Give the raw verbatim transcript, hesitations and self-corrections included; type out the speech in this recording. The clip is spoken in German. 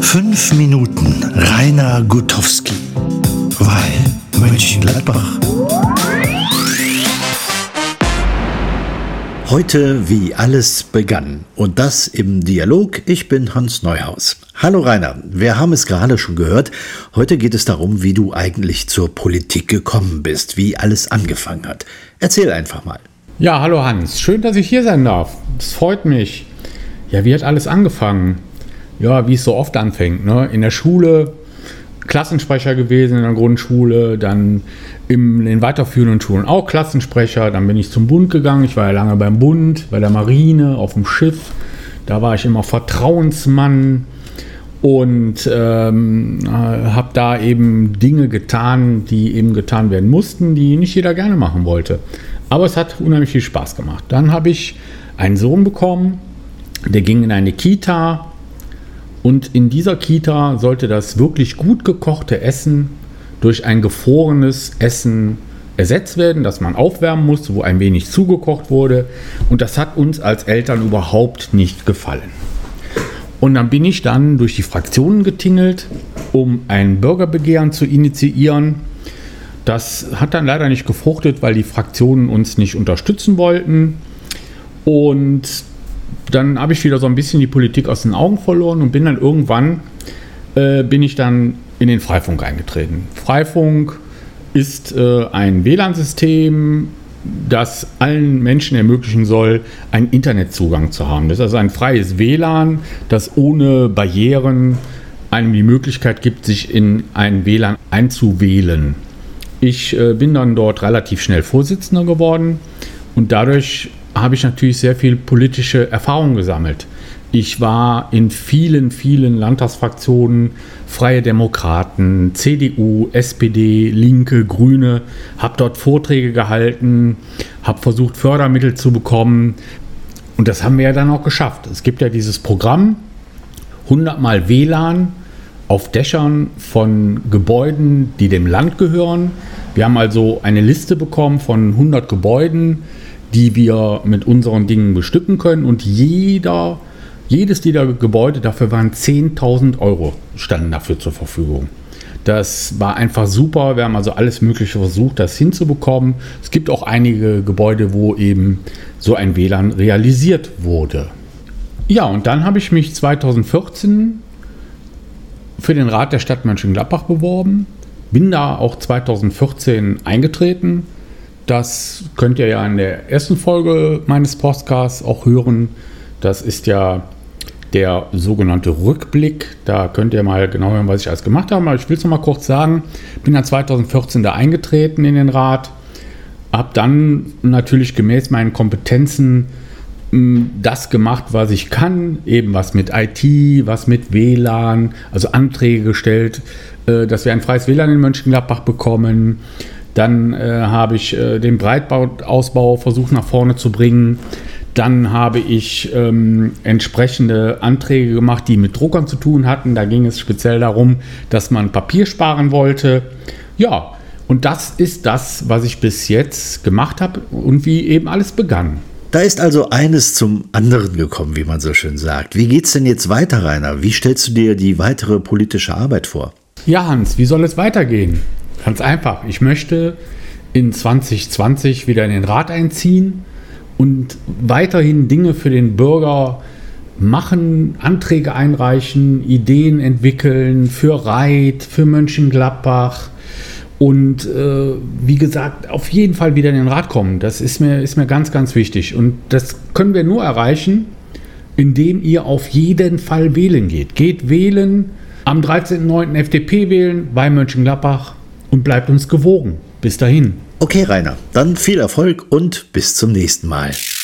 Fünf Minuten Rainer Gutowski. Weil Mönchengladbach. Heute, wie alles begann. Und das im Dialog. Ich bin Hans Neuhaus. Hallo Rainer, wir haben es gerade schon gehört. Heute geht es darum, wie du eigentlich zur Politik gekommen bist, wie alles angefangen hat. Erzähl einfach mal. Ja, hallo Hans. Schön, dass ich hier sein darf. Das freut mich. Ja, wie hat alles angefangen? Ja, wie es so oft anfängt, ne? In der Schule, Klassensprecher gewesen in der Grundschule, dann in den weiterführenden Schulen auch Klassensprecher, dann bin ich zum Bund gegangen, ich war ja lange beim Bund, bei der Marine, auf dem Schiff, da war ich immer Vertrauensmann und ähm, habe da eben Dinge getan, die eben getan werden mussten, die nicht jeder gerne machen wollte. Aber es hat unheimlich viel Spaß gemacht. Dann habe ich einen Sohn bekommen, der ging in eine Kita. Und in dieser Kita sollte das wirklich gut gekochte Essen durch ein gefrorenes Essen ersetzt werden, das man aufwärmen musste, wo ein wenig zugekocht wurde. Und das hat uns als Eltern überhaupt nicht gefallen. Und dann bin ich dann durch die Fraktionen getingelt, um ein Bürgerbegehren zu initiieren. Das hat dann leider nicht gefruchtet, weil die Fraktionen uns nicht unterstützen wollten. Und dann habe ich wieder so ein bisschen die Politik aus den Augen verloren und bin dann irgendwann, äh, bin ich dann in den Freifunk eingetreten. Freifunk ist äh, ein W L A N-System, das allen Menschen ermöglichen soll, einen Internetzugang zu haben. Das ist also ein freies W L A N, das ohne Barrieren einem die Möglichkeit gibt, sich in ein W L A N einzuwählen. Ich äh, bin dann dort relativ schnell Vorsitzender geworden und dadurch habe ich natürlich sehr viel politische Erfahrung gesammelt. Ich war in vielen, vielen Landtagsfraktionen, Freie Demokraten, C D U, S P D, Linke, Grüne, habe dort Vorträge gehalten, habe versucht, Fördermittel zu bekommen. Und das haben wir ja dann auch geschafft. Es gibt ja dieses Programm, hundert Mal W L A N auf Dächern von Gebäuden, die dem Land gehören. Wir haben also eine Liste bekommen von hundert Gebäuden, die wir mit unseren Dingen bestücken können. Und jeder, jedes dieser Gebäude, dafür waren zehntausend Euro, standen dafür zur Verfügung. Das war einfach super. Wir haben also alles Mögliche versucht, das hinzubekommen. Es gibt auch einige Gebäude, wo eben so ein W L A N realisiert wurde. Ja, und dann habe ich mich zweitausendvierzehn für den Rat der Stadt Mönchengladbach beworben. Bin da auch zweitausendvierzehn eingetreten. Das könnt ihr ja in der ersten Folge meines Podcasts auch hören. Das ist ja der sogenannte Rückblick. Da könnt ihr mal genau hören, was ich alles gemacht habe. Aber ich will es noch mal kurz sagen. Ich bin dann zweitausendvierzehn da eingetreten in den Rat. Habe dann natürlich gemäß meinen Kompetenzen das gemacht, was ich kann. Eben was mit I T, was mit W L A N. Also Anträge gestellt, dass wir ein freies W L A N in Mönchengladbach bekommen. Dann äh, habe ich äh, den Breitbandausbau versucht nach vorne zu bringen. Dann habe ich ähm, entsprechende Anträge gemacht, die mit Druckern zu tun hatten. Da ging es speziell darum, dass man Papier sparen wollte. Ja, und das ist das, was ich bis jetzt gemacht habe und wie eben alles begann. Da ist also eines zum anderen gekommen, wie man so schön sagt. Wie geht's denn jetzt weiter, Rainer? Wie stellst du dir die weitere politische Arbeit vor? Ja, Hans, wie soll es weitergehen? Ganz einfach. Ich möchte in zwanzig zwanzig wieder in den Rat einziehen und weiterhin Dinge für den Bürger machen, Anträge einreichen, Ideen entwickeln für Reit, für Mönchengladbach und äh, wie gesagt, auf jeden Fall wieder in den Rat kommen. Das ist mir, ist mir ganz, ganz wichtig. Und das können wir nur erreichen, indem ihr auf jeden Fall wählen geht. Geht wählen, am dreizehnten neunten F D P wählen bei Mönchengladbach. Und bleibt uns gewogen. Bis dahin. Okay, Rainer, dann viel Erfolg und bis zum nächsten Mal.